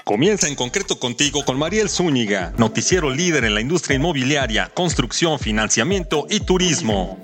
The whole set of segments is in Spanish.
Comienza En Concreto Contigo con Mariel Zúñiga, noticiero líder en la industria inmobiliaria, construcción, financiamiento y turismo.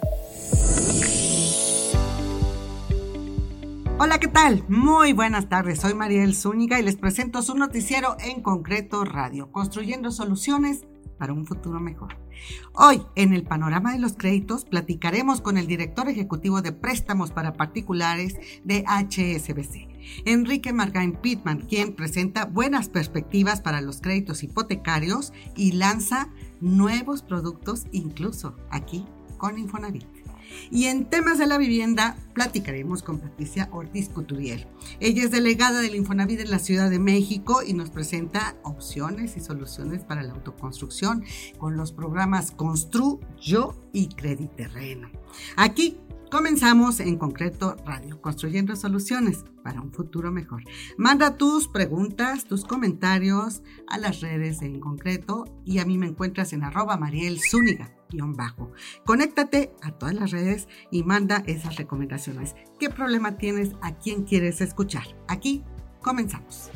Hola, ¿qué tal? Muy buenas tardes, soy Mariel Zúñiga y les presento su noticiero En Concreto Radio, construyendo soluciones para un futuro mejor. Hoy, en el panorama de los créditos, platicaremos con el director ejecutivo de préstamos para particulares de HSBC, Enrique Margain Pitman, quien presenta buenas perspectivas para los créditos hipotecarios y lanza nuevos productos, incluso aquí con Infonavit. Y en temas de la vivienda, platicaremos con Patricia Ortiz Couturier. Ella es delegada del Infonavit en la Ciudad de México y nos presenta opciones y soluciones para la autoconstrucción con los programas Construyo y Crediterreno. Aquí comenzamos En Concreto Radio, construyendo soluciones para un futuro mejor. Manda tus preguntas, tus comentarios a las redes de En Concreto y a mí me encuentras en @MarielZúñiga_. Conéctate a todas las redes y manda esas recomendaciones. ¿Qué problema tienes? ¿A quién quieres escuchar? Aquí comenzamos.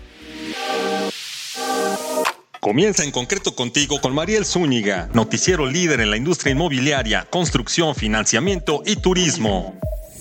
Comienza En Concreto Contigo con Mariel Zúñiga, noticiero líder en la industria inmobiliaria, construcción, financiamiento y turismo.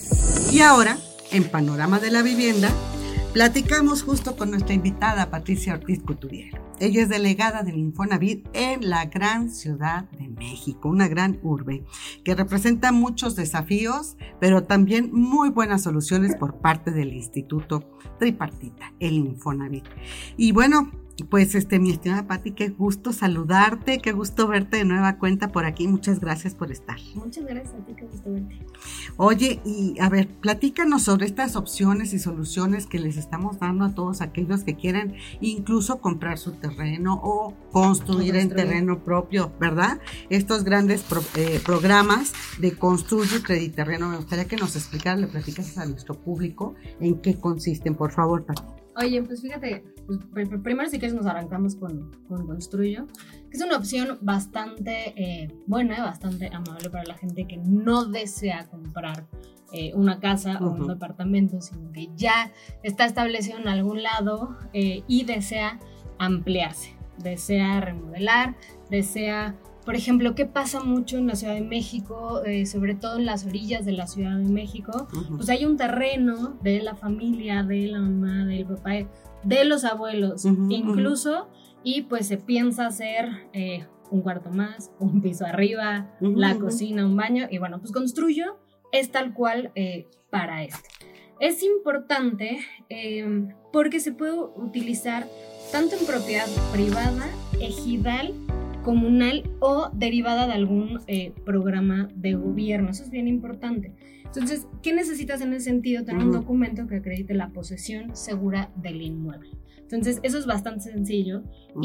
Y ahora, en Panorama de la Vivienda, platicamos justo con nuestra invitada Patricia Ortiz Couturier. Ella es delegada del Infonavit en la gran Ciudad de México, una gran urbe que representa muchos desafíos, pero también muy buenas soluciones por parte del Instituto Tripartita, el Infonavit. Y bueno, pues mi estimada Pati, qué gusto saludarte, qué gusto verte de nueva cuenta por aquí. Muchas gracias por estar. Muchas gracias a ti, qué gusto verte. Oye, y a ver, platícanos sobre estas opciones y soluciones que les estamos dando a todos aquellos que quieren incluso comprar su terreno o construir en terreno propio, ¿verdad? Estos grandes programas de Construyo y Crediterreno. Me gustaría que nos explicaras, le platicas a nuestro público en qué consisten, por favor, Pati. Oye, pues fíjate, primero si quieres nos arrancamos con Construyo, que es una opción bastante buena, bastante amable para la gente que no desea comprar una casa o un departamento, sino que ya está establecido en algún lado y desea ampliarse, desea remodelar, desea... Por ejemplo, ¿qué pasa mucho en la Ciudad de México? Sobre todo en las orillas de la Ciudad de México, pues hay un terreno de la familia, de la mamá, del papá, de los abuelos, incluso, y pues se piensa hacer un cuarto más, un piso arriba, la cocina, un baño, y bueno, pues Construyo es tal cual para esto. Es importante porque se puede utilizar tanto en propiedad privada, ejidal, comunal o derivada de algún programa de gobierno. Eso es bien importante. Entonces, ¿qué necesitas en ese sentido? Tener un documento que acredite la posesión segura del inmueble. Entonces, eso es bastante sencillo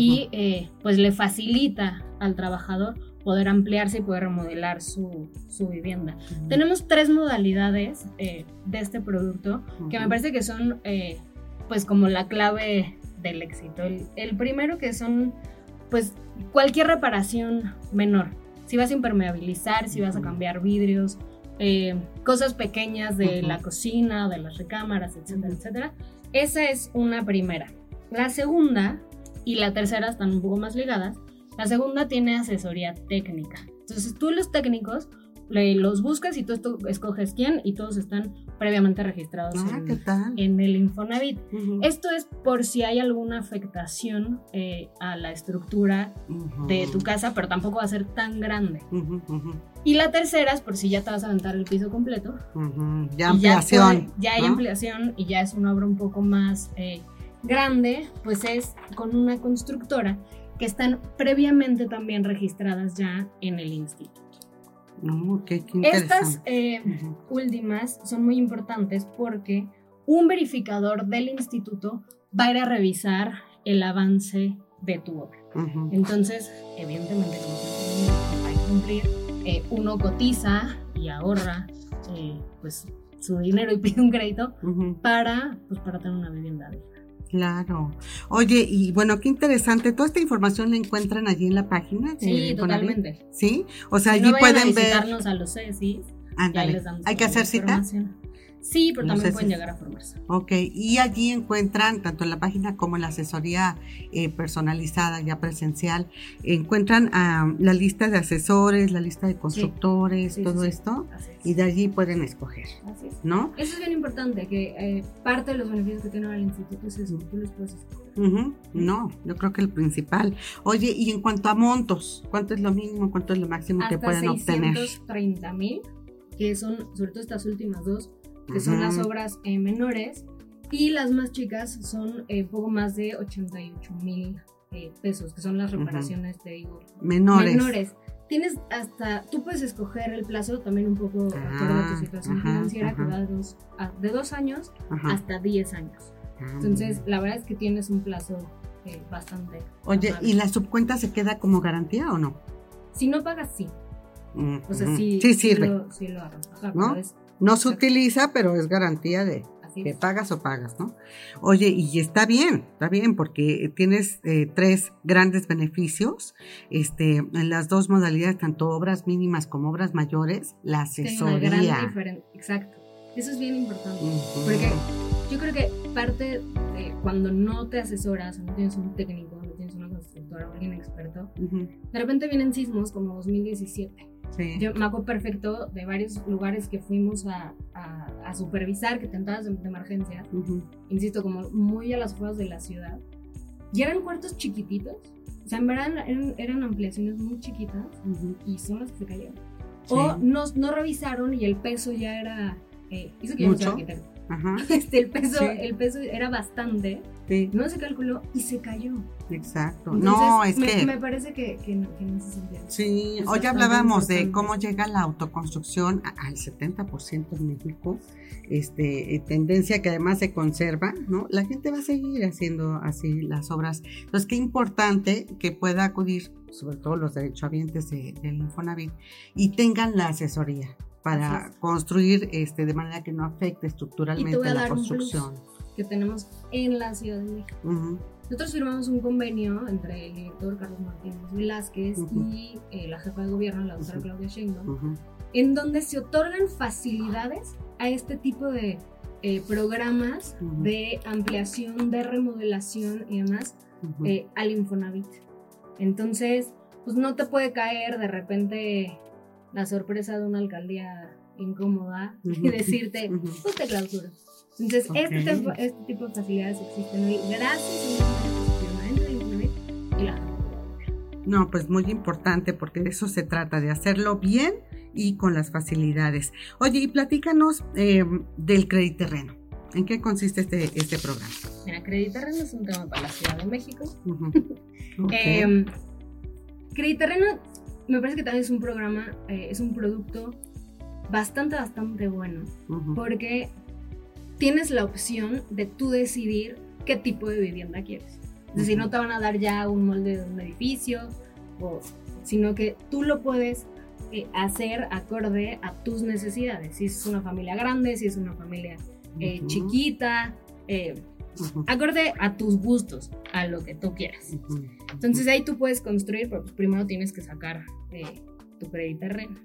y pues le facilita al trabajador poder ampliarse y poder remodelar su vivienda. Tenemos 3 modalidades de este producto que me parece que son pues como la clave del éxito. El primero, que son pues cualquier reparación menor, si vas a impermeabilizar, si vas a cambiar vidrios, cosas pequeñas de la cocina, de las recámaras, etcétera, etcétera. Esa es una primera. La segunda y la tercera están un poco más ligadas. La segunda tiene asesoría técnica. Entonces tú los técnicos los buscas y tú escoges quién y todos están previamente registrados en el Infonavit. Esto es por si hay alguna afectación a la estructura de tu casa, pero tampoco va a ser tan grande. Y la tercera es por si ya te vas a aventar el piso completo. Ya ampliación. Ya hay ampliación y ya es una obra un poco más grande, pues es con una constructora que están previamente también registradas ya en el instituto. Qué interesante. Estas últimas son muy importantes porque un verificador del instituto va a ir a revisar el avance de tu obra. Entonces, evidentemente, como hay que cumplir, uno cotiza y ahorra pues su dinero y pide un crédito para tener una vivienda digna. Claro. Oye, y bueno, qué interesante. Toda esta información la encuentran allí en la página. Sí, totalmente. ¿Sí? O sea, si allí no pueden ver. visitarnos a los CESIs. Ándale. Hay que hacer cita. Sí, pero también Entonces, pueden llegar a formarse. Ok, y allí encuentran, tanto en la página como en la asesoría personalizada, ya presencial, encuentran la lista de asesores, la lista de constructores, todo esto, y de allí pueden escoger, Así es. ¿no? Eso es bien importante, que parte de los beneficios que tiene el instituto es eso, tú los puedes escoger. No, yo creo que el principal. Oye, y en cuanto a montos, ¿cuánto es lo mínimo, cuánto es lo máximo que pueden obtener? Hasta 630,000, que son, sobre todo estas últimas dos, que son las obras menores, y las más chicas son poco más de 88,000 pesos, que son las reparaciones, te digo, menores. Tienes tú puedes escoger el plazo también un poco acorde a tu situación financiera, que va de 2 años hasta 10 años. Entonces, la verdad es que tienes un plazo bastante. Oye, amable. ¿y la subcuenta se queda como garantía o no? Si no pagas, sí. O sea, sí sirve. Sí lo agarras. ¿No? No se utiliza, pero es garantía de que pagas o pagas, ¿no? Oye, y está bien, porque tienes 3 grandes beneficios, en las 2 modalidades, tanto obras mínimas como obras mayores, la asesoría. Una gran diferencia, exacto. Eso es bien importante, porque yo creo que parte de cuando no te asesoras, o no tienes un técnico, no tienes una constructora o alguien experto, de repente vienen sismos como 2017. Sí. Yo me acuerdo perfecto de varios lugares que fuimos a supervisar, que tentadas de emergencia, insisto, como muy a las afueras de la ciudad, y eran cuartos chiquititos, o sea, en verdad eran ampliaciones muy chiquitas, y son las que se cayeron. Sí. O no revisaron y el peso ya era, hizo que yo no soy arquitecto. El peso era bastante, no se calculó y se cayó. Exacto. Entonces, me parece que no se sentía. Sí, hoy hablábamos de cómo llega la autoconstrucción al 70% en México, tendencia que además se conserva, ¿no? La gente va a seguir haciendo así las obras. Entonces, qué importante que pueda acudir, sobre todo los derechohabientes del Infonavit, y tengan la asesoría para construir de manera que no afecte estructuralmente la construcción. Que tenemos en la Ciudad de México. Nosotros firmamos un convenio entre el director Carlos Martínez Velázquez y la jefa de gobierno, la doctora Claudia Sheinbaum, en donde se otorgan facilidades a este tipo de programas de ampliación, de remodelación y demás al Infonavit. Entonces, pues no te puede caer de repente la sorpresa de una alcaldía incómoda y decirte, pues te clausuras. Entonces, este tipo de facilidades existen hoy gracias a la Infonavit y la. No, pues muy importante, porque de eso se trata, de hacerlo bien y con las facilidades. Oye, y platícanos del Crediterreno. ¿En qué consiste este programa? Mira, Crediterreno es un tema para la Ciudad de México. Crediterreno me parece que también es un programa, es un producto bastante bueno, porque tienes la opción de tú decidir qué tipo de vivienda quieres. Es decir, no te van a dar ya un molde de un edificio, sino que tú lo puedes hacer acorde a tus necesidades. Si es una familia grande, si es una familia chiquita, acorde a tus gustos, a lo que tú quieras. Entonces ahí tú puedes construir, pero pues primero tienes que sacar tu Crediterreno.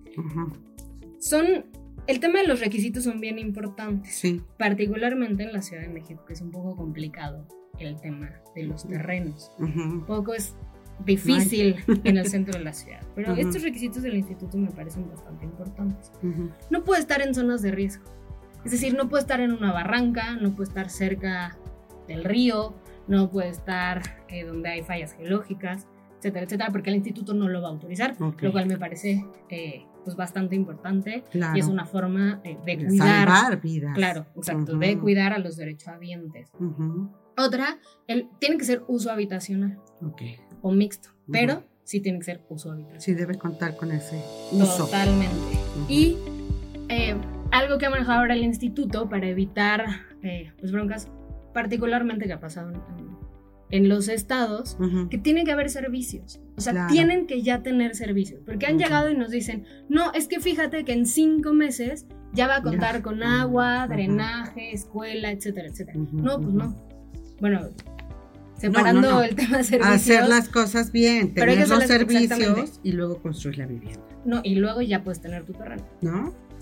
El tema de los requisitos son bien importantes, particularmente en la Ciudad de México, que es un poco complicado el tema de los terrenos. Un poco es difícil en el centro de la ciudad, pero estos requisitos del instituto me parecen bastante importantes. No puede estar en zonas de riesgo, es decir, no puede estar en una barranca, no puede estar cerca del río, no puede estar donde hay fallas geológicas, etcétera, porque el instituto no lo va a autorizar, lo cual me parece pues bastante importante, y es una forma de cuidar, salvar vidas. Claro, exacto, de cuidar a los derechohabientes. Otra, tiene que ser uso habitacional o mixto, pero sí tiene que ser uso habitacional. Sí debe contar con ese uso. Totalmente. Y algo que ha manejado ahora el instituto para evitar pues broncas, particularmente que ha pasado en los estados, que tiene que haber servicios. O sea, tienen que ya tener servicios. Porque han llegado y nos dicen, no, es que fíjate que en 5 meses ya va a contar con agua, drenaje, escuela, etcétera. No, pues no. Bueno, separando el tema de servicios. Hacer las cosas bien, tener los servicios y luego construir la vivienda. No, y luego ya puedes tener tu terreno. ¿No? O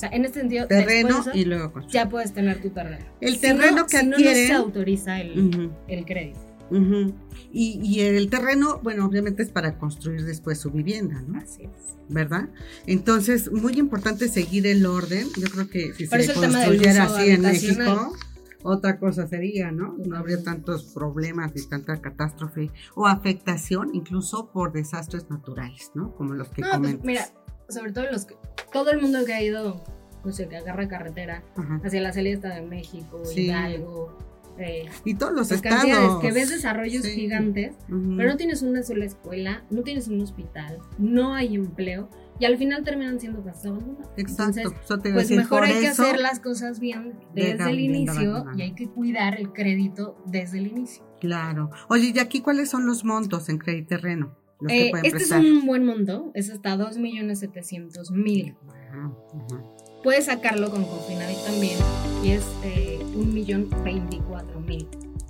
sea, en este sentido, terreno eso, y luego construir. ya puedes tener tu terreno. El terreno que adquieren, no se autoriza el crédito. Y el terreno, bueno, obviamente es para construir después su vivienda, ¿no? Así es. ¿Verdad? Entonces, muy importante seguir el orden. Yo creo que si por se construyera así en México, otra cosa sería, ¿no? No habría tantos problemas ni tanta catástrofe o afectación, incluso por desastres naturales, ¿no? Como los que comentas. Pues mira, sobre todo todo el mundo que ha ido, no sé, que agarra carretera hacia la salida de México, Hidalgo, y todos los estados que ves desarrollos gigantes, pero no tienes una sola escuela, no tienes un hospital, no hay empleo y al final terminan siendo casas abandonadas. Exacto. Entonces, pues mejor hay que hacer las cosas bien desde el inicio y hay que cuidar el crédito desde el inicio. Claro. Oye, ¿y aquí cuáles son los montos en crédito terreno? Este prestar? Es un buen monto, es hasta 2.700.000. Puedes sacarlo con Cofinavit también y es 1.024.000.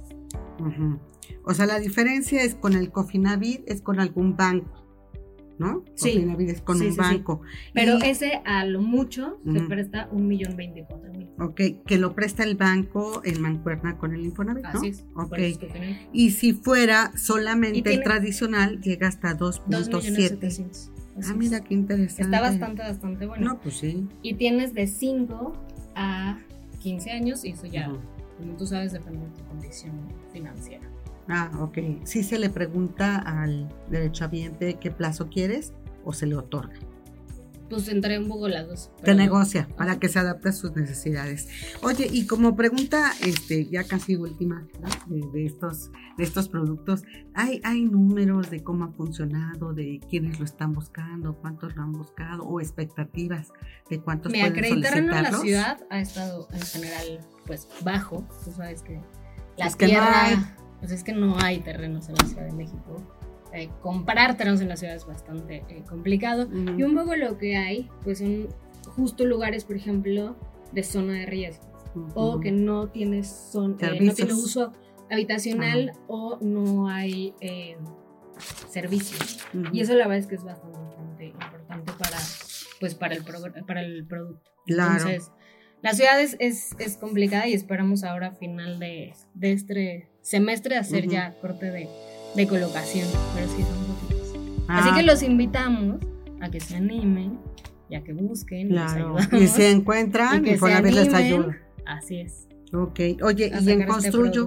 O sea, la diferencia es con el Cofinavit, es con algún banco, ¿no? Sí. Cofinavit es con un banco. Sí. Pero ese a lo mucho te presta 1.024.000. Ok, que lo presta el banco en mancuerna con el Infonavit, ¿no? Así es. Ok. Y si fuera solamente el tradicional, llega hasta 2.7. Mira qué interesante. Está bastante bueno. No, pues sí. Y tienes de 5 a 15 años y eso ya, como tú sabes, depende de tu condición financiera. Ok. Sí se le pregunta al derechohabiente qué plazo quieres o se le otorga. Pues entré un poco las dos. Te negocia para que se adapte a sus necesidades. Oye, y como pregunta, ya casi última, ¿no? de estos productos, ¿hay números de cómo ha funcionado, de quiénes lo están buscando, cuántos lo han buscado, o expectativas de cuántos pueden solicitarlos? Mi terreno en la ciudad ha estado en general, pues, bajo. Tú sabes que la es que tierra, pues es que no hay terrenos en la Ciudad de México. Comprar terrenos en la ciudad es bastante complicado. Y un poco lo que hay, pues son justo lugares, por ejemplo, de zona de riesgo. O que no tienes no tiene uso habitacional o no hay servicios. Y eso la verdad es que es bastante importante para el producto. Claro. Entonces, la ciudad es complicada y esperamos ahora a final de este semestre hacer ya corte de colocación, pero sí son poquitos. Así que los invitamos a que se animen y a que busquen. Claro. Y se encuentran y por la vez les ayuda. Así es. Ok. Oye, ¿y en Construyo?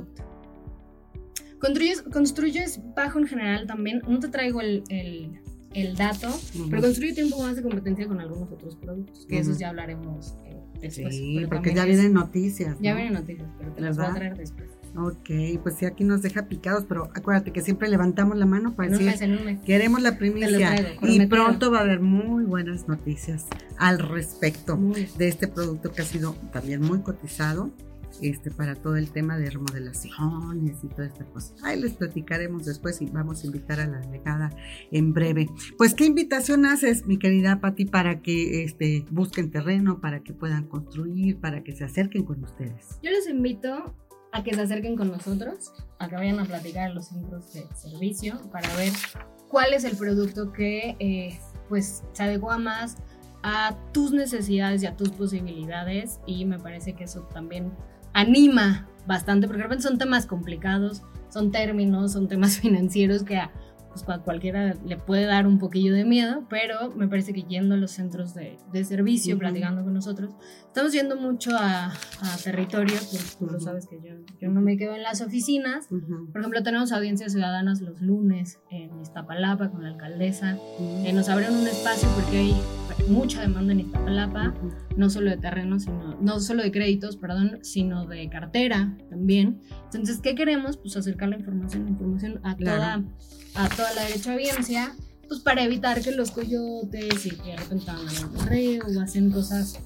Construyo es bajo en general también. No te traigo el dato, pero Construyo tiene un poco más de competencia con algunos otros productos, que esos ya hablaremos después. Sí, porque ya vienen noticias, ¿no? Ya vienen noticias, pero te las voy a traer después. Ok, pues sí, aquí nos deja picados, pero acuérdate que siempre levantamos la mano para decir, queremos la primicia, y pronto va a haber muy buenas noticias al respecto de este producto que ha sido también muy cotizado para todo el tema de remodelaciones y toda esta cosa. Ahí les platicaremos después y vamos a invitar a la delegada en breve. Pues, ¿qué invitación haces, mi querida Pati, para que busquen terreno, para que puedan construir, para que se acerquen con ustedes? Yo los invito a que se acerquen con nosotros, a que vayan a platicar en los centros de servicio para ver cuál es el producto que pues se adecua más a tus necesidades y a tus posibilidades, y me parece que eso también anima bastante, porque de repente son temas complicados, son términos, son temas financieros que a cualquiera le puede dar un poquillo de miedo, pero me parece que yendo a los centros de servicio, platicando con nosotros, estamos yendo mucho a territorio, porque tú lo sabes que yo no me quedo en las oficinas. Por ejemplo, tenemos audiencias ciudadanas los lunes en Iztapalapa con la alcaldesa. Nos abrieron un espacio porque hay mucha demanda en Iztapalapa, no solo de terrenos, no solo de créditos, sino de cartera también. Entonces, ¿qué queremos? Pues acercar la información a toda la derechohabiencia, pues para evitar que los coyotes y que de repente van al correo o hacen cosas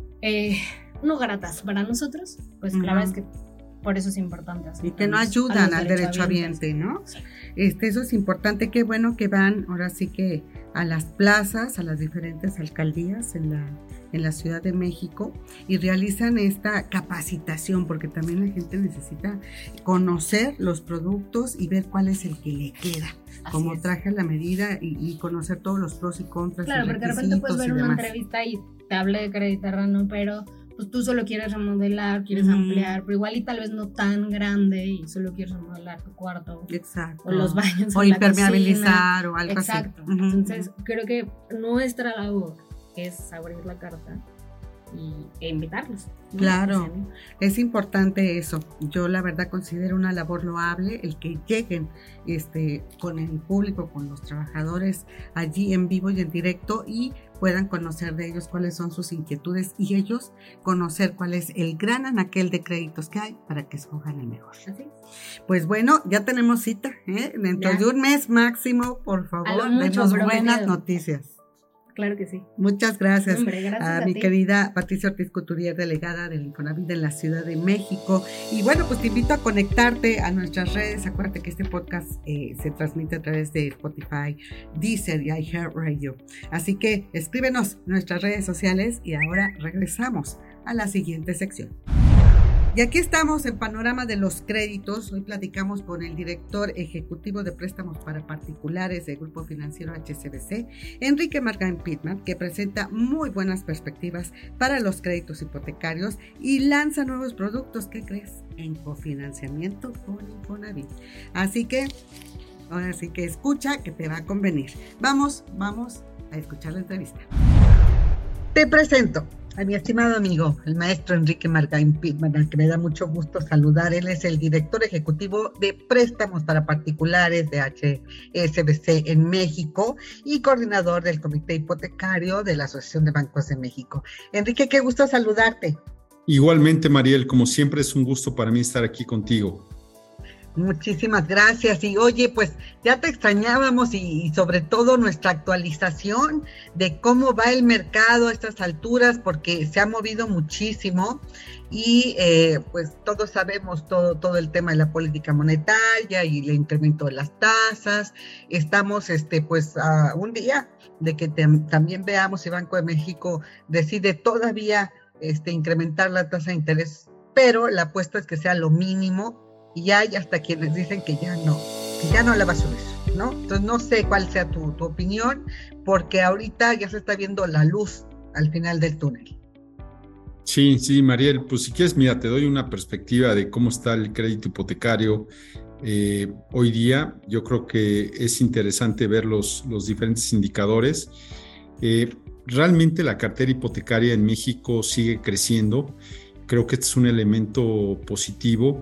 no gratas para nosotros, pues la verdad es que por eso es importante hacer. Y que no ayudan al derechohabiente, ¿no? Sí. Eso es importante. Qué bueno que van ahora sí que a las plazas, a las diferentes alcaldías en la Ciudad de México y realizan esta capacitación, porque también la gente necesita conocer los productos y ver cuál es el que le queda, como traje a la medida y conocer todos los pros y contras. Claro, porque de repente puedes ver una entrevista y te hablé de Crediterráneo, pero pues tú solo quieres remodelar, quieres ampliar, pero igual y tal vez no tan grande y solo quieres remodelar tu cuarto. Exacto. O los baños. O impermeabilizar o algo Exacto. así. Entonces, creo que nuestra labor es abrir la carta e invitarlos, ¿no? Claro, es importante eso. Yo la verdad considero una labor loable el que lleguen con el público, con los trabajadores allí en vivo y en directo y puedan conocer de ellos cuáles son sus inquietudes y ellos conocer cuál es el gran anaquel de créditos que hay para que escojan el mejor. Así. Pues bueno, ya tenemos cita, dentro de un mes máximo, por favor, denos buenas noticias. Claro que sí. Muchas gracias, gracias a mi querida Patricia Ortiz Couturier, delegada del Infonavit en la Ciudad de México. Y bueno, pues te invito a conectarte a nuestras redes. Acuérdate que este podcast se transmite a través de Spotify, Deezer y iHeartRadio. Así que escríbenos en nuestras redes sociales y ahora regresamos a la siguiente sección. Y aquí estamos en Panorama de los Créditos. Hoy platicamos con el director ejecutivo de préstamos para particulares del Grupo Financiero HSBC, Enrique Margain Pitman, que presenta muy buenas perspectivas para los créditos hipotecarios y lanza nuevos productos, ¿qué crees? En cofinanciamiento con Infonavit. Así que, ahora sí que escucha, que te va a convenir. Vamos a escuchar la entrevista. Te presento a mi estimado amigo, el maestro Enrique Margain Pitman, al que me da mucho gusto saludar. Él es el director ejecutivo de préstamos para particulares de HSBC en México y coordinador del Comité Hipotecario de la Asociación de Bancos de México. Enrique, qué gusto saludarte. Igualmente, Mariel, como siempre es un gusto para mí estar aquí contigo. Muchísimas gracias. Y oye, pues ya te extrañábamos y sobre todo nuestra actualización de cómo va el mercado a estas alturas, porque se ha movido muchísimo y pues todos sabemos todo el tema de la política monetaria y el incremento de las tasas. Estamos pues a un día de que también veamos si Banco de México decide todavía incrementar la tasa de interés, pero la apuesta es que sea lo mínimo. Y hay hasta quienes dicen que ya no la va a subir, ¿no? Entonces no sé cuál sea tu opinión, porque ahorita ya se está viendo la luz al final del túnel. Sí, Mariel, pues si quieres, mira, te doy una perspectiva de cómo está el crédito hipotecario hoy día. Yo creo que es interesante ver los diferentes indicadores. Realmente la cartera hipotecaria en México sigue creciendo. Creo que este es un elemento positivo.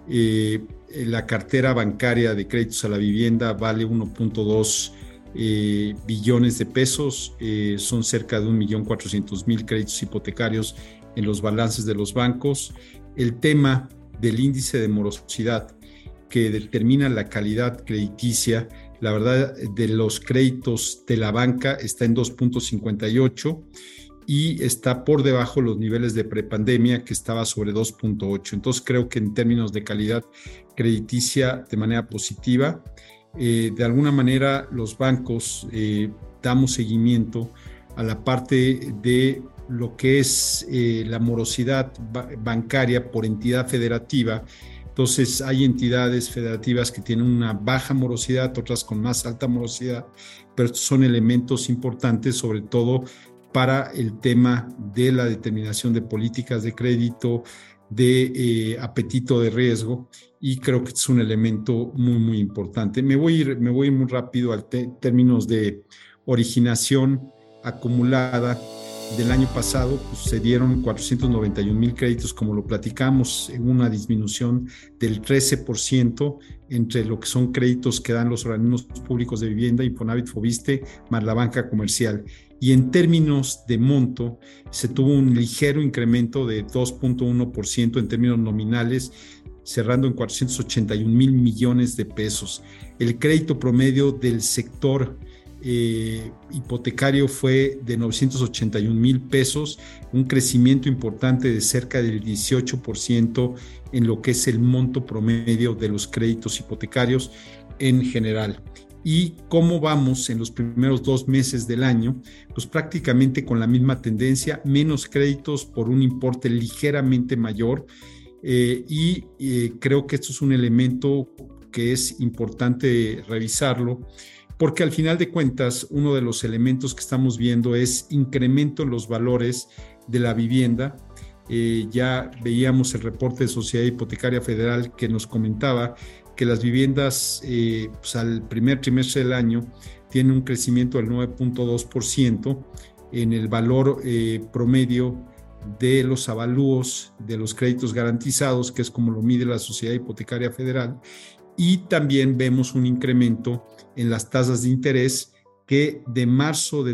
La cartera bancaria de créditos a la vivienda vale 1.2 billones de pesos, son cerca de 1.400.000 créditos hipotecarios en los balances de los bancos. El tema del índice de morosidad que determina la calidad crediticia, la verdad, de los créditos de la banca está en 2.58 y está por debajo de los niveles de prepandemia, que estaba sobre 2.8. Entonces creo que en términos de calidad crediticia, de manera positiva, de alguna manera los bancos damos seguimiento a la parte de lo que es la morosidad bancaria por entidad federativa. Entonces hay entidades federativas que tienen una baja morosidad, otras con más alta morosidad, pero estos son elementos importantes, sobre todo para el tema de la determinación de políticas de crédito, de apetito de riesgo, y creo que es un elemento muy, muy importante. Me voy a ir muy rápido a términos de originación acumulada. Del año pasado pues, se dieron 491,000 créditos, como lo platicamos, en una disminución del 13% entre lo que son créditos que dan los organismos públicos de vivienda, Infonavit, Foviste, más la banca comercial. Y en términos de monto, se tuvo un ligero incremento de 2.1% en términos nominales, cerrando en 481,000 millones de pesos. El crédito promedio del sector hipotecario fue de 981,000 pesos, un crecimiento importante de cerca del 18% en lo que es el monto promedio de los créditos hipotecarios en general. ¿Y cómo vamos en los primeros 2 meses del año? Pues prácticamente con la misma tendencia, menos créditos por un importe ligeramente mayor, creo que esto es un elemento que es importante revisarlo. porque al final de cuentas uno de los elementos que estamos viendo es incremento en los valores de la vivienda. Ya veíamos el reporte de Sociedad Hipotecaria Federal que nos comentaba que las viviendas pues al primer trimestre del año tienen un crecimiento del 9.2% en el valor promedio de los avalúos de los créditos garantizados, que es como lo mide la Sociedad Hipotecaria Federal, y también vemos un incremento en las tasas de interés que de marzo de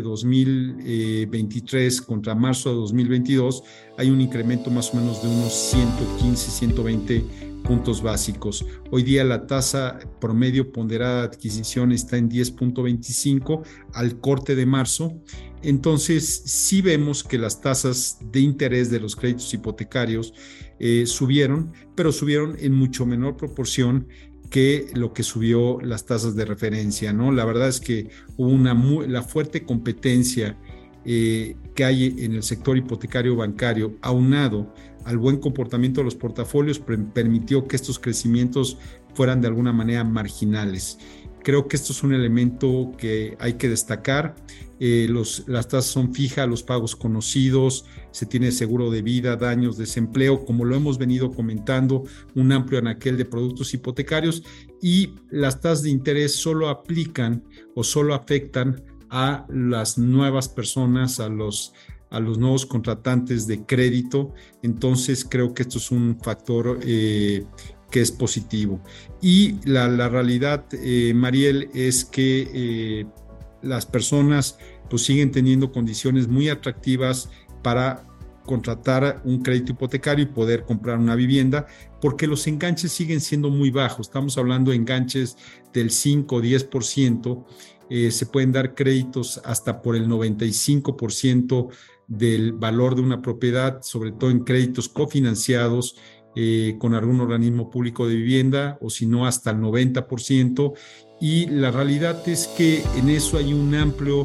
2023 contra marzo de 2022 hay un incremento más o menos de unos 115, 120 puntos básicos. Hoy día la tasa promedio ponderada de adquisición está en 10.25 al corte de marzo. Entonces, sí vemos que las tasas de interés de los créditos hipotecarios subieron, pero subieron en mucho menor proporción que lo que subió las tasas de referencia, ¿no? La verdad es que hubo la fuerte competencia que hay en el sector hipotecario bancario, aunado al buen comportamiento de los portafolios, permitió que estos crecimientos fueran de alguna manera marginales. Creo que esto es un elemento que hay que destacar. Las tasas son fijas, los pagos conocidos, se tiene seguro de vida, daños, desempleo, como lo hemos venido comentando, un amplio anaquel de productos hipotecarios, y las tasas de interés solo aplican o solo afectan a las nuevas personas, a los nuevos contratantes de crédito. Entonces creo que esto es un factor que es positivo. Y la realidad, Mariel, es que las personas pues siguen teniendo condiciones muy atractivas para contratar un crédito hipotecario y poder comprar una vivienda, porque los enganches siguen siendo muy bajos. Estamos hablando de enganches del 5 o 10%. Se pueden dar créditos hasta por el 95% del valor de una propiedad, sobre todo en créditos cofinanciados con algún organismo público de vivienda, o si no hasta el 90%, y la realidad es que en eso hay un amplio,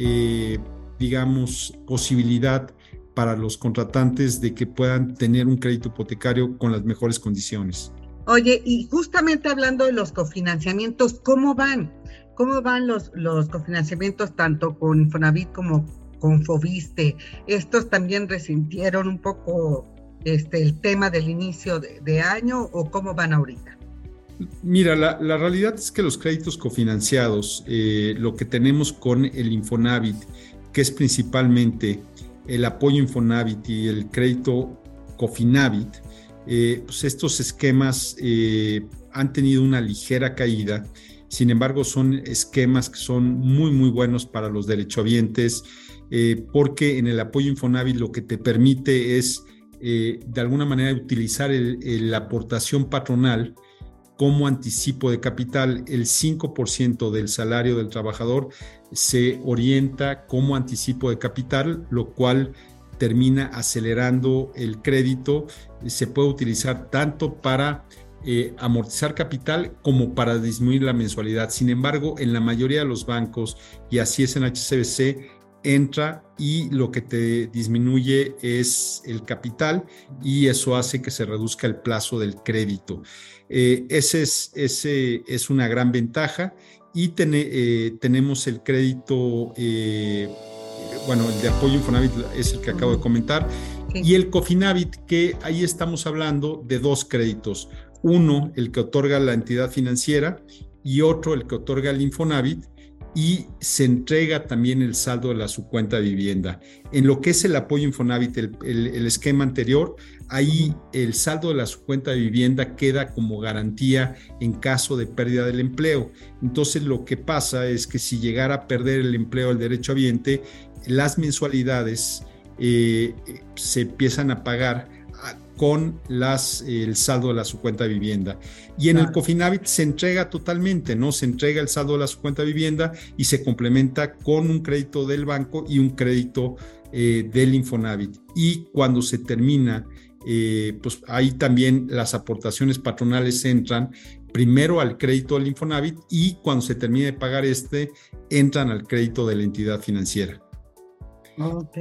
posibilidad para los contratantes de que puedan tener un crédito hipotecario con las mejores condiciones. Oye, y justamente hablando de los cofinanciamientos, ¿cómo van? ¿Cómo van los cofinanciamientos tanto con Infonavit como con Foviste? ¿Estos también resintieron un poco el tema del inicio de año, o cómo van ahorita? Mira, la realidad es que los créditos cofinanciados, lo que tenemos con el Infonavit, que es principalmente el apoyo Infonavit y el crédito Cofinavit, pues estos esquemas han tenido una ligera caída. Sin embargo, son esquemas que son muy, muy buenos para los derechohabientes, porque en el apoyo Infonavit lo que te permite es, de alguna manera, utilizar la aportación patronal como anticipo de capital. El 5% del salario del trabajador se orienta como anticipo de capital, lo cual termina acelerando el crédito. Se puede utilizar tanto para amortizar capital como para disminuir la mensualidad. Sin embargo, en la mayoría de los bancos, y así es en HSBC, entra y lo que te disminuye es el capital, y eso hace que se reduzca el plazo del crédito. Ese es una gran ventaja. Y tenemos el crédito, el de apoyo Infonavit es el que acabo de comentar, sí. Y el Cofinavit, que ahí estamos hablando de dos créditos. Uno, el que otorga la entidad financiera, y otro, el que otorga el Infonavit, y se entrega también el saldo de la subcuenta de vivienda. En lo que es el apoyo Infonavit, el esquema anterior, ahí el saldo de la subcuenta de vivienda queda como garantía en caso de pérdida del empleo. Entonces, lo que pasa es que si llegara a perder el empleo el derechohabiente, las mensualidades se empiezan a pagar con el saldo de la subcuenta de vivienda. Y en el Cofinavit se entrega totalmente, ¿no? Se entrega el saldo de la subcuenta de vivienda y se complementa con un crédito del banco y un crédito del Infonavit. Y cuando se termina, pues ahí también las aportaciones patronales entran primero al crédito del Infonavit, y cuando se termine de pagar entran al crédito de la entidad financiera. Ok.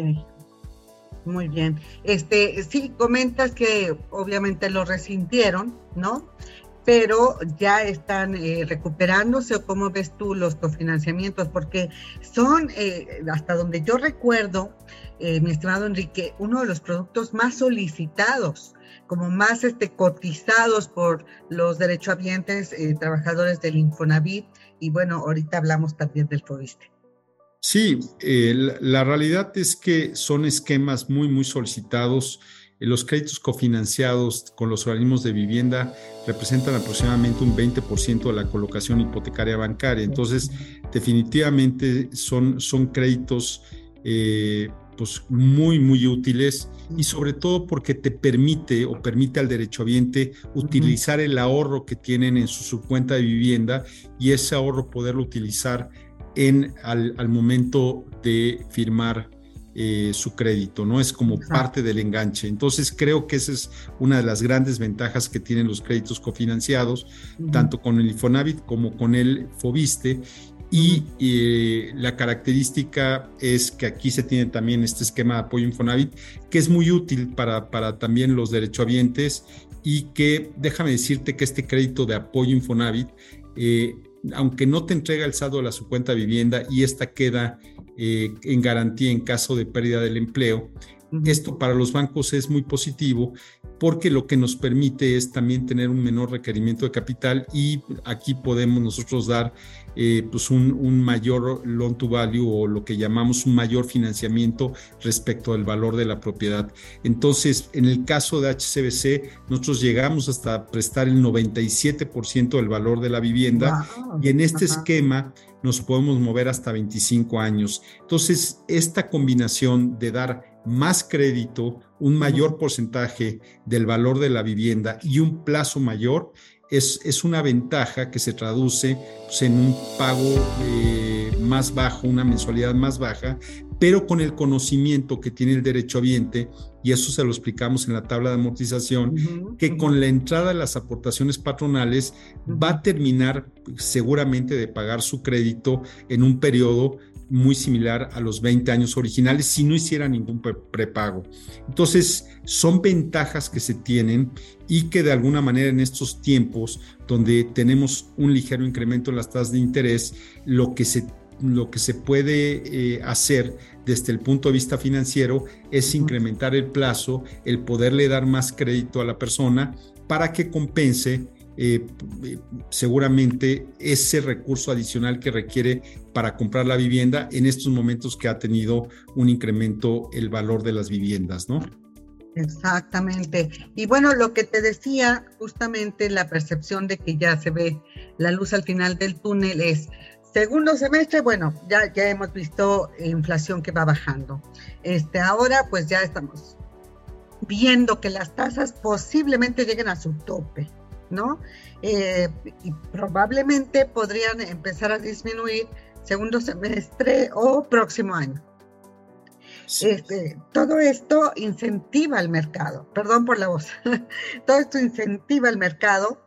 Muy bien. Sí, comentas que obviamente lo resintieron, ¿no? pero ya están recuperándose, o cómo ves tú los cofinanciamientos, porque son, hasta donde yo recuerdo, mi estimado Enrique, uno de los productos más solicitados, como más cotizados por los derechohabientes, trabajadores del Infonavit, y bueno, ahorita hablamos también del FOVISSSTE. Sí, la realidad es que son esquemas muy, muy solicitados. Los créditos cofinanciados con los organismos de vivienda representan aproximadamente un 20% de la colocación hipotecaria bancaria. Entonces, definitivamente son créditos pues muy, muy útiles, y sobre todo porque te permite al derechohabiente utilizar el ahorro que tienen en su subcuenta de vivienda, y ese ahorro poderlo utilizar al momento de firmar su crédito, ¿no? Es como parte del enganche. Entonces creo que esa es una de las grandes ventajas que tienen los créditos cofinanciados, tanto con el Infonavit como con el FOVISSSTE. Y la característica es que aquí se tiene también este esquema de apoyo Infonavit, que es muy útil para también los derechohabientes, y que déjame decirte que este crédito de apoyo Infonavit, aunque no te entrega el saldo de la subcuenta de vivienda y esta queda en garantía en caso de pérdida del empleo, esto para los bancos es muy positivo, porque lo que nos permite es también tener un menor requerimiento de capital, y aquí podemos nosotros dar pues un mayor loan to value, o lo que llamamos un mayor financiamiento respecto al valor de la propiedad. Entonces, en el caso de HSBC, nosotros llegamos hasta prestar el 97% del valor de la vivienda, y en este esquema nos podemos mover hasta 25 años. Entonces, esta combinación de dar más crédito, un mayor porcentaje del valor de la vivienda y un plazo mayor, es una ventaja que se traduce pues, en un pago más bajo, una mensualidad más baja, pero con el conocimiento que tiene el derechohabiente, y eso se lo explicamos en la tabla de amortización, que con la entrada de las aportaciones patronales va a terminar seguramente de pagar su crédito en un periodo muy similar a los 20 años originales, si no hiciera ningún prepago. Entonces, son ventajas que se tienen, y que de alguna manera en estos tiempos donde tenemos un ligero incremento en las tasas de interés, lo que se puede hacer desde el punto de vista financiero es incrementar el plazo, el poderle dar más crédito a la persona para que compense seguramente ese recurso adicional que requiere para comprar la vivienda en estos momentos que ha tenido un incremento el valor de las viviendas, ¿no? Exactamente. Y bueno, lo que te decía, justamente la percepción de que ya se ve la luz al final del túnel es: segundo semestre, bueno, ya hemos visto inflación que va bajando. Ahora pues ya estamos viendo que las tasas posiblemente lleguen a su tope, ¿no? Y probablemente podrían empezar a disminuir segundo semestre o próximo año. Sí. Todo esto incentiva al mercado, perdón por la voz, todo esto incentiva al mercado,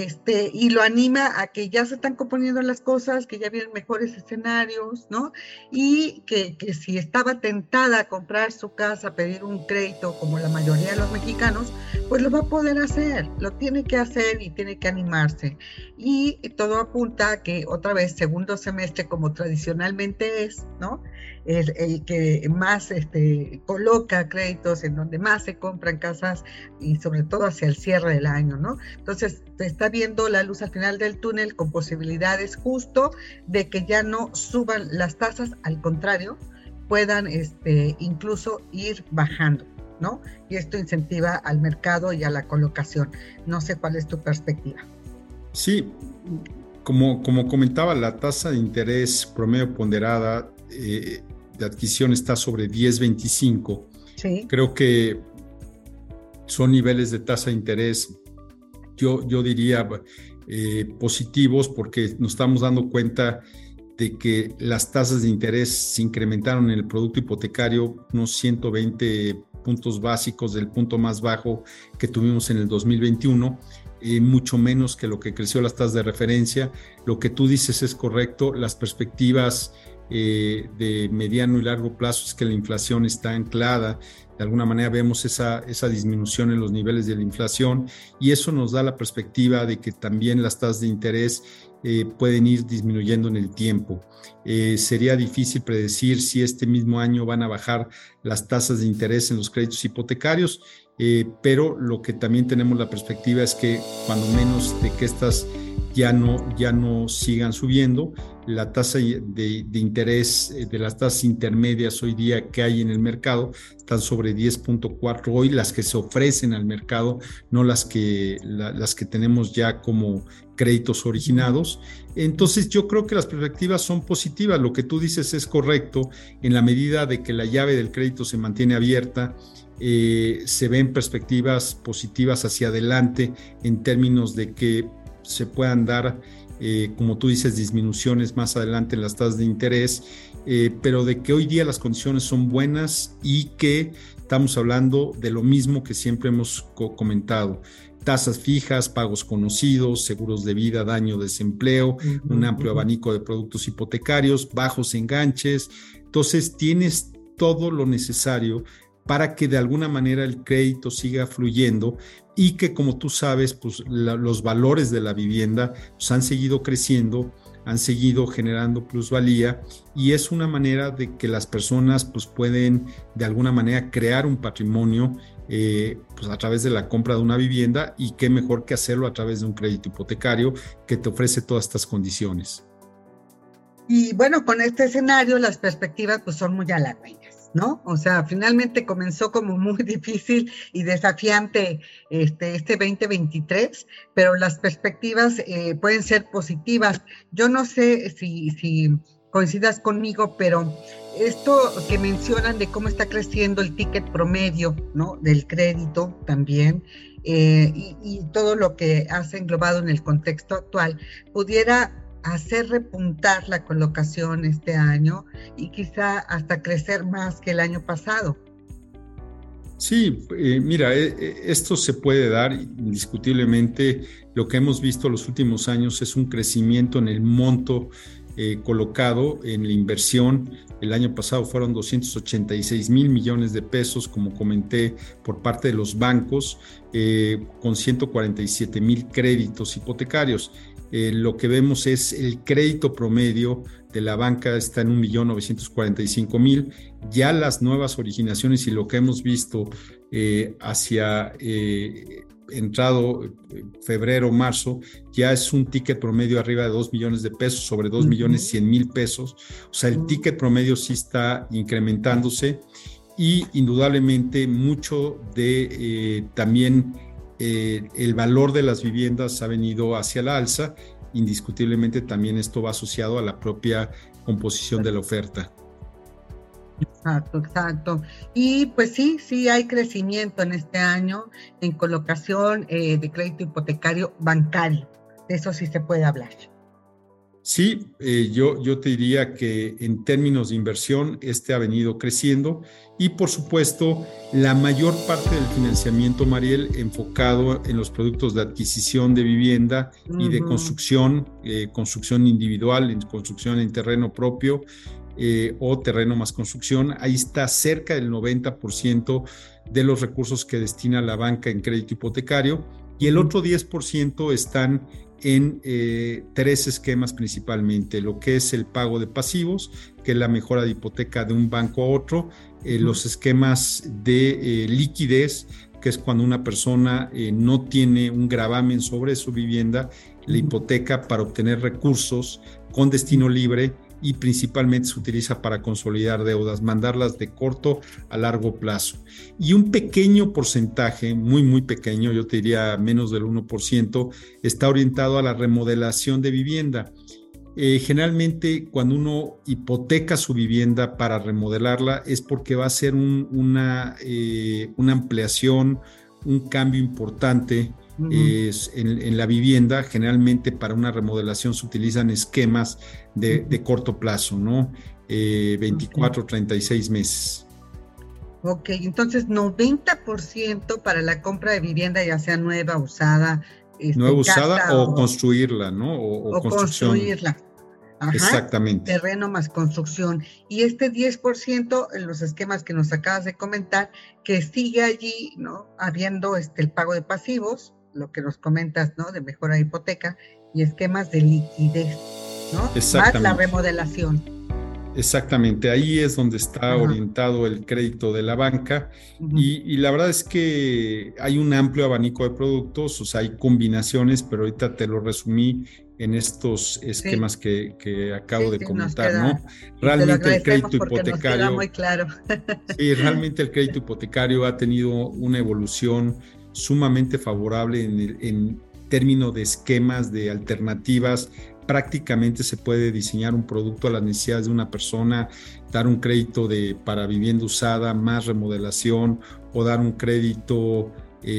y lo anima a que ya se están componiendo las cosas, que ya vienen mejores escenarios, ¿no? Y que si estaba tentada a comprar su casa, pedir un crédito como la mayoría de los mexicanos, pues lo va a poder hacer, lo tiene que hacer y tiene que animarse. Y todo apunta a que otra vez segundo semestre, como tradicionalmente es, ¿no? El que más coloca créditos, en donde más se compran casas, y sobre todo hacia el cierre del año, ¿no? Entonces se está viendo la luz al final del túnel, con posibilidades justo de que ya no suban las tasas, al contrario, puedan incluso ir bajando, ¿no? Y esto incentiva al mercado y a la colocación. No sé cuál es tu perspectiva. Sí, como comentaba, la tasa de interés promedio ponderada de adquisición está sobre 10.25. Sí. Creo que son niveles de tasa de interés, yo diría, positivos, porque nos estamos dando cuenta de que las tasas de interés se incrementaron en el producto hipotecario unos 120 puntos básicos del punto más bajo que tuvimos en el 2021, mucho menos que lo que creció las tasas de referencia. Lo que tú dices es correcto, las perspectivas de mediano y largo plazo es que la inflación está anclada de alguna manera vemos esa disminución en los niveles de la inflación, y eso nos da la perspectiva de que también las tasas de interés pueden ir disminuyendo en el tiempo. Sería difícil predecir si este mismo año van a bajar las tasas de interés en los créditos hipotecarios, pero lo que también tenemos la perspectiva es que cuando menos de que estas ya no sigan subiendo. La tasa de interés de las tasas intermedias hoy día que hay en el mercado están sobre 10.4 hoy, las que se ofrecen al mercado, no las que tenemos ya como créditos originados. Entonces yo creo que las perspectivas son positivas. Lo que tú dices es correcto, en la medida de que la llave del crédito se mantiene abierta, se ven perspectivas positivas hacia adelante en términos de que se puedan dar, como tú dices, disminuciones más adelante en las tasas de interés, pero de que hoy día las condiciones son buenas y que estamos hablando de lo mismo que siempre hemos comentado: tasas fijas, pagos conocidos, seguros de vida, daño, desempleo, un amplio abanico de productos hipotecarios, bajos enganches. Entonces tienes todo lo necesario para que de alguna manera el crédito siga fluyendo y que, como tú sabes, pues los valores de la vivienda pues, han seguido creciendo, han seguido generando plusvalía, y es una manera de que las personas pues, pueden de alguna manera crear un patrimonio pues, a través de la compra de una vivienda, y qué mejor que hacerlo a través de un crédito hipotecario que te ofrece todas estas condiciones. Y bueno, con este escenario las perspectivas pues son muy halagüeñas, ¿no? O sea, finalmente comenzó como muy difícil y desafiante este 2023, pero las perspectivas pueden ser positivas. Yo no sé si coincidas conmigo, pero esto que mencionan de cómo está creciendo el ticket promedio, ¿no? Del crédito también, y todo lo que has englobado en el contexto actual, pudiera hacer repuntar la colocación este año y quizá hasta crecer más que el año pasado. Sí, mira, esto se puede dar indiscutiblemente. Lo que hemos visto los últimos años es un crecimiento en el monto colocado en la inversión. El año pasado fueron 286,000 millones de pesos, como comenté, por parte de los bancos, con 147,000 créditos hipotecarios. Lo que vemos es el crédito promedio de la banca está en 1,945,000. Ya las nuevas originaciones y lo que hemos visto hacia entrado febrero, marzo, ya es un ticket promedio arriba de 2 millones de pesos, sobre 2,100,000 pesos. O sea, el ticket promedio sí está incrementándose, y indudablemente mucho de también el valor de las viviendas ha venido hacia la alza. Indiscutiblemente también esto va asociado a la propia composición de la oferta. Exacto. Y pues sí hay crecimiento en este año en colocación de crédito hipotecario bancario. De eso sí se puede hablar. Sí, yo te diría que en términos de inversión ha venido creciendo, y por supuesto la mayor parte del financiamiento, Mariel, enfocado en los productos de adquisición de vivienda y de construcción individual, en construcción en terreno propio o terreno más construcción. Ahí está cerca del 90% de los recursos que destina la banca en crédito hipotecario, y el otro 10% están en 3 esquemas principalmente: lo que es el pago de pasivos, que es la mejora de hipoteca de un banco a otro, los esquemas de liquidez, que es cuando una persona no tiene un gravamen sobre su vivienda, la hipoteca para obtener recursos con destino libre, y principalmente se utiliza para consolidar deudas, mandarlas de corto a largo plazo. Y un pequeño porcentaje, muy pequeño, yo te diría menos del 1%, está orientado a la remodelación de vivienda. Generalmente cuando uno hipoteca su vivienda para remodelarla es porque va a ser una ampliación, un cambio importante en la vivienda. Generalmente para una remodelación se utilizan esquemas de corto plazo, ¿no? 24, 36 meses. Ok, entonces 90% para la compra de vivienda, ya sea nueva, usada. Nueva, usada o construirla, ¿no? O construcción. Construirla. Ajá, Exactamente. terreno más construcción. Y este 10% en los esquemas que nos acabas de comentar, que sigue allí, ¿no? Habiendo el pago de pasivos, lo que nos comentas, ¿no? De mejora de hipoteca y esquemas de liquidez, ¿no? Más la remodelación. Exactamente, ahí es donde está orientado el crédito de la banca y la verdad es que hay un amplio abanico de productos, o sea, hay combinaciones, pero ahorita te lo resumí en estos esquemas que acabo de comentar, ¿no? Realmente el crédito hipotecario, muy claro. Sí, realmente el crédito hipotecario ha tenido una evolución sumamente favorable en términos de esquemas, de alternativas. Prácticamente se puede diseñar un producto a las necesidades de una persona, dar un crédito para vivienda usada, más remodelación, o dar un crédito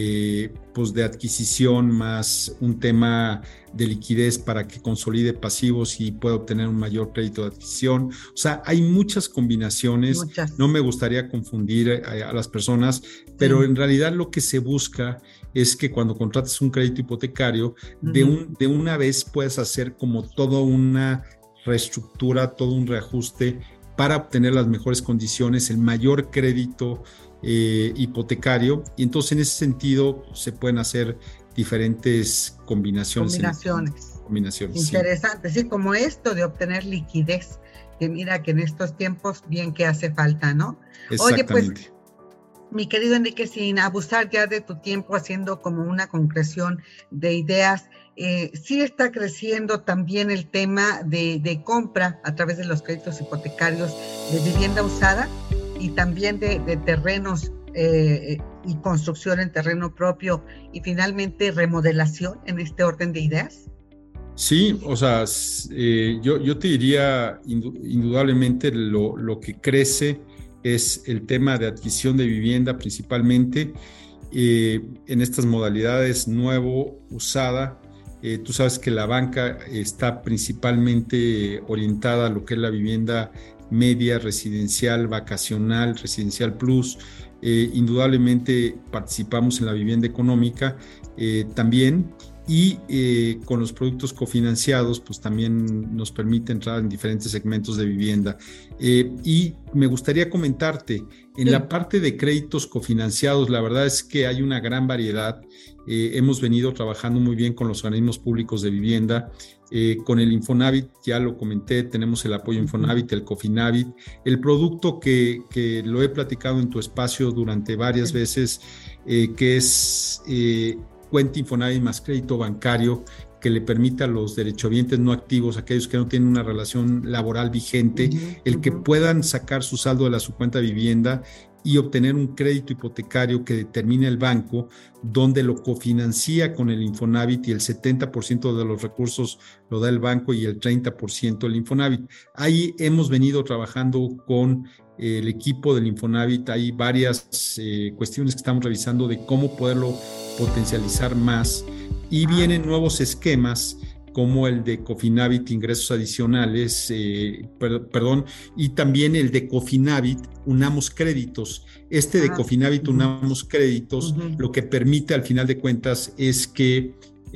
pues de adquisición más un tema de liquidez para que consolide pasivos y pueda obtener un mayor crédito de adquisición. O sea, hay muchas combinaciones. No me gustaría confundir a las personas, pero en realidad lo que se busca es que cuando contrates un crédito hipotecario, de una vez puedes hacer como toda una reestructura, todo un reajuste para obtener las mejores condiciones, el mayor crédito hipotecario, y entonces en ese sentido se pueden hacer diferentes combinaciones. Interesante, sí, como esto de obtener liquidez, que mira que en estos tiempos bien que hace falta, ¿no? Oye, pues, mi querido Enrique, sin abusar ya de tu tiempo, haciendo como una concreción de ideas, sí está creciendo también el tema de compra a través de los créditos hipotecarios de vivienda usada y también de terrenos y construcción en terreno propio y finalmente remodelación en este orden de ideas. Sí, o sea, yo te diría indudablemente lo que crece es el tema de adquisición de vivienda principalmente en estas modalidades nuevo, usada. Tú sabes que la banca está principalmente orientada a lo que es la vivienda media, residencial, vacacional, residencial plus. Indudablemente participamos en la vivienda económica también, y con los productos cofinanciados pues también nos permite entrar en diferentes segmentos de vivienda. Y me gustaría comentarte, en la parte de créditos cofinanciados, la verdad es que hay una gran variedad. Hemos venido trabajando muy bien con los organismos públicos de vivienda, con el Infonavit, ya lo comenté, tenemos el apoyo Infonavit, el Cofinavit, el producto que lo he platicado en tu espacio durante varias veces, que es cuenta Infonavit más crédito bancario, que le permita a los derechohabientes no activos, aquellos que no tienen una relación laboral vigente, el que puedan sacar su saldo de su cuenta de vivienda y obtener un crédito hipotecario que determine el banco, donde lo cofinancia con el Infonavit y el 70% de los recursos lo da el banco y el 30% el Infonavit. Ahí hemos venido trabajando con el equipo del Infonavit. Hay varias cuestiones que estamos revisando de cómo poderlo potencializar más, y vienen nuevos esquemas como el de Cofinavit ingresos adicionales, y también el de Cofinavit unamos créditos. De Cofinavit unamos créditos, lo que permite al final de cuentas es que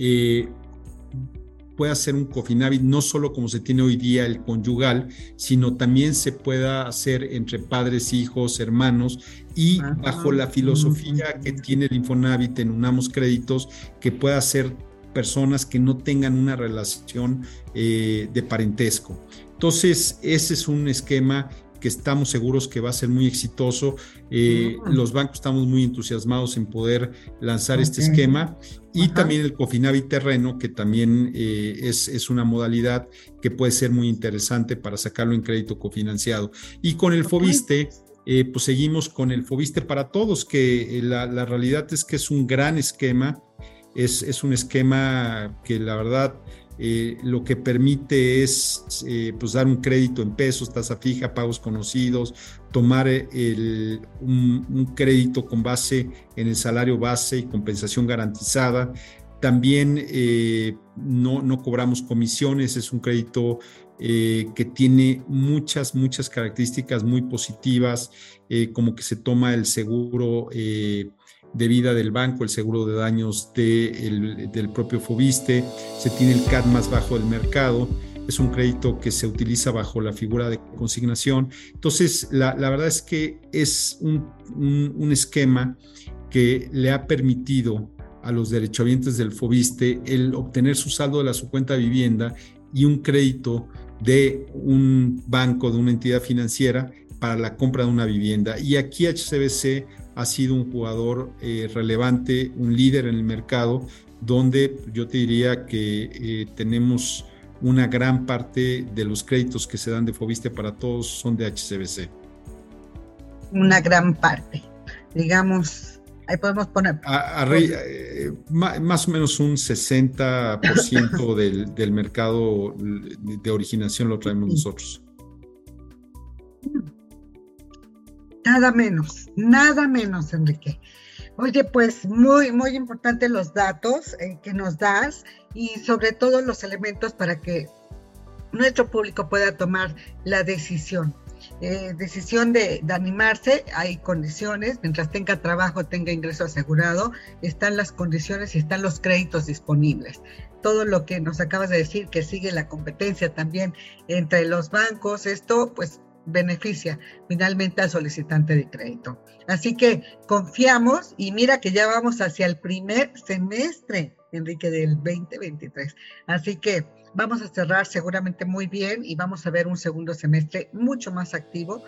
pueda ser un Cofinavit no solo como se tiene hoy día el conyugal, sino también se pueda hacer entre padres, hijos, hermanos, y bajo la filosofía que tiene el Infonavit en unamos créditos, que pueda ser personas que no tengan una relación de parentesco. Entonces, ese es un esquema que estamos seguros que va a ser muy exitoso. Los bancos estamos muy entusiasmados en poder lanzar este esquema, y también el Cofinavit Terreno, que también es una modalidad que puede ser muy interesante para sacarlo en crédito cofinanciado. Y con el Foviste, pues seguimos con el Foviste para todos, que la realidad es que es un gran esquema. Es un esquema que la verdad lo que permite es pues dar un crédito en pesos, tasa fija, pagos conocidos, tomar un crédito con base en el salario base y compensación garantizada. También no cobramos comisiones, es un crédito que tiene muchas características muy positivas, como que se toma el seguro de vida del banco, el seguro de daños del propio Foviste, se tiene el CAT más bajo del mercado, es un crédito que se utiliza bajo la figura de consignación. Entonces, la verdad es que es un esquema que le ha permitido a los derechohabientes del Foviste el obtener su saldo de su cuenta de vivienda y un crédito de un banco, de una entidad financiera para la compra de una vivienda. Y aquí HSBC ha sido un jugador relevante, un líder en el mercado, donde yo te diría que tenemos una gran parte de los créditos que se dan de Foviste para todos son de HSBC. Una gran parte, digamos, ahí podemos poner... más o menos un 60% del mercado de originación lo traemos nosotros. Nada menos, Enrique. Oye, pues muy, muy importante los datos que nos das y sobre todo los elementos para que nuestro público pueda tomar la decisión. Decisión de animarse, hay condiciones, mientras tenga trabajo, tenga ingreso asegurado, están las condiciones y están los créditos disponibles. Todo lo que nos acabas de decir, que sigue la competencia también entre los bancos, esto pues beneficia finalmente al solicitante de crédito. Así que confiamos y mira que ya vamos hacia el primer semestre, Enrique, del 2023. Así que vamos a cerrar seguramente muy bien y vamos a ver un segundo semestre mucho más activo,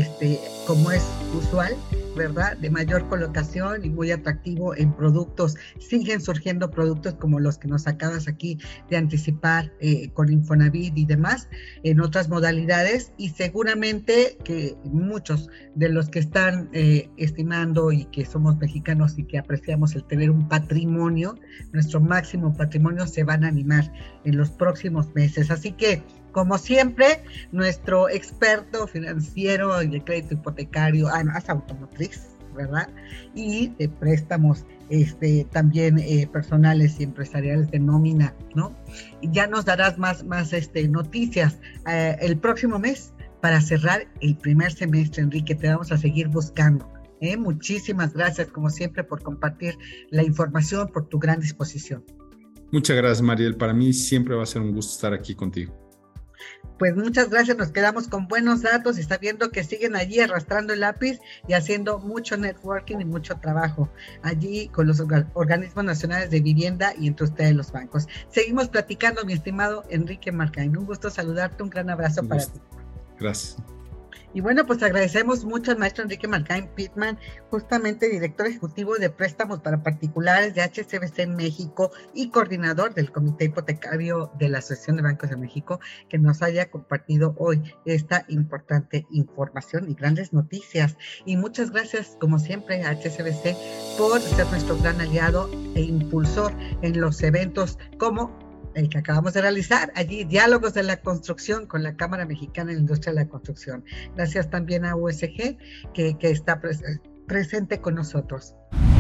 como es usual, ¿verdad? De mayor colocación y muy atractivo en productos. Siguen surgiendo productos como los que nos acabas aquí de anticipar con Infonavit y demás, en otras modalidades, y seguramente que muchos de los que están estimando y que somos mexicanos y que apreciamos el tener un patrimonio, nuestro máximo patrimonio, se van a animar en los próximos meses. Así que, como siempre, nuestro experto financiero y de crédito hipotecario, además automotriz, ¿verdad? Y de préstamos también personales y empresariales de nómina, ¿no? Y ya nos darás más noticias el próximo mes para cerrar el primer semestre, Enrique. Te vamos a seguir buscando. Muchísimas gracias, como siempre, por compartir la información, por tu gran disposición. Muchas gracias, Mariel. Para mí siempre va a ser un gusto estar aquí contigo. Pues muchas gracias, nos quedamos con buenos datos y sabiendo que siguen allí arrastrando el lápiz y haciendo mucho networking y mucho trabajo allí con los organismos nacionales de vivienda y entre ustedes los bancos. Seguimos platicando, mi estimado Enrique Marcain. Un gusto saludarte, un gran abrazo para ti. Gracias. Y bueno, pues agradecemos mucho al maestro Enrique Marcain Pitman, justamente director ejecutivo de préstamos para particulares de HSBC en México y coordinador del Comité Hipotecario de la Asociación de Bancos de México, que nos haya compartido hoy esta importante información y grandes noticias. Y muchas gracias, como siempre, a HSBC por ser nuestro gran aliado e impulsor en los eventos como el que acabamos de realizar, allí Diálogos de la Construcción con la Cámara Mexicana de la Industria de la Construcción. Gracias también a USG que está presente con nosotros.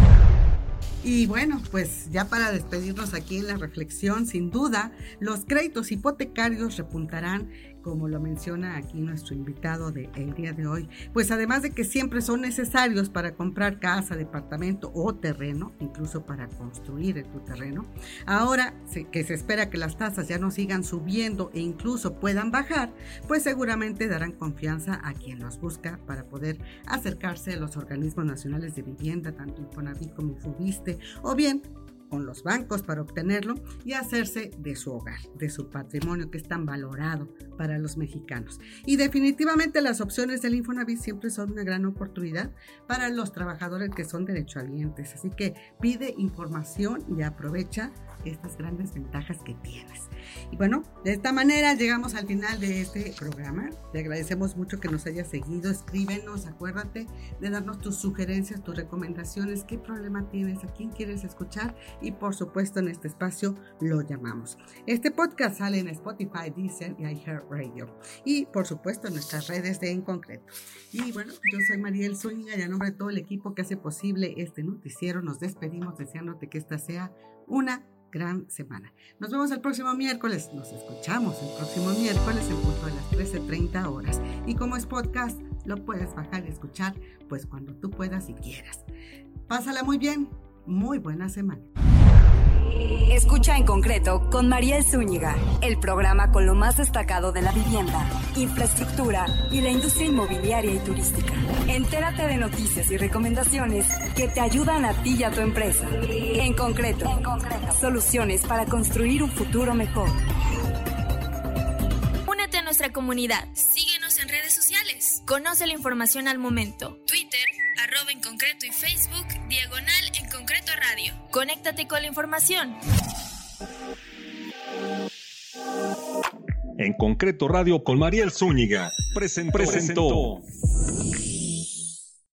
Y bueno, pues ya para despedirnos aquí en la reflexión, sin duda, los créditos hipotecarios repuntarán, como lo menciona aquí nuestro invitado del día de hoy, pues además de que siempre son necesarios para comprar casa, departamento o terreno, incluso para construir en tu terreno, ahora que se espera que las tasas ya no sigan subiendo e incluso puedan bajar, pues seguramente darán confianza a quien los busca para poder acercarse a los organismos nacionales de vivienda, tanto Infonavit como Foviste, o bien con los bancos para obtenerlo y hacerse de su hogar, de su patrimonio que es tan valorado para los mexicanos. Y definitivamente las opciones del Infonavit siempre son una gran oportunidad para los trabajadores que son derechohabientes. Así que pide información y aprovecha estas grandes ventajas que tienes. Y bueno, de esta manera llegamos al final de este programa. Te agradecemos mucho que nos hayas seguido. Escríbenos, acuérdate de darnos tus sugerencias, tus recomendaciones, qué problema tienes, a quién quieres escuchar y por supuesto en este espacio lo llamamos. Este podcast sale en Spotify, Deezer y iHeartRadio y por supuesto en nuestras redes de En Concreto. Y bueno, yo soy Mariel Zúñiga y a nombre de todo el equipo que hace posible este noticiero nos despedimos deseándote que esta sea una gran semana. Nos vemos el próximo miércoles, nos escuchamos el próximo miércoles en punto de las 13:30 horas y como es podcast lo puedes bajar y escuchar pues cuando tú puedas y quieras. Pásala muy bien, muy buena semana. Escucha En Concreto con Mariel Zúñiga, el programa con lo más destacado de la vivienda, infraestructura y la industria inmobiliaria y turística. Entérate de noticias y recomendaciones que te ayudan a ti y a tu empresa. En Concreto, soluciones para construir un futuro mejor. Únete a nuestra comunidad. Síguenos en redes sociales. Conoce la información al momento. Twitter, @enconcreto y Facebook, /enconcreto radio. Conéctate con la información. En Concreto Radio con Mariel Zúñiga presentó.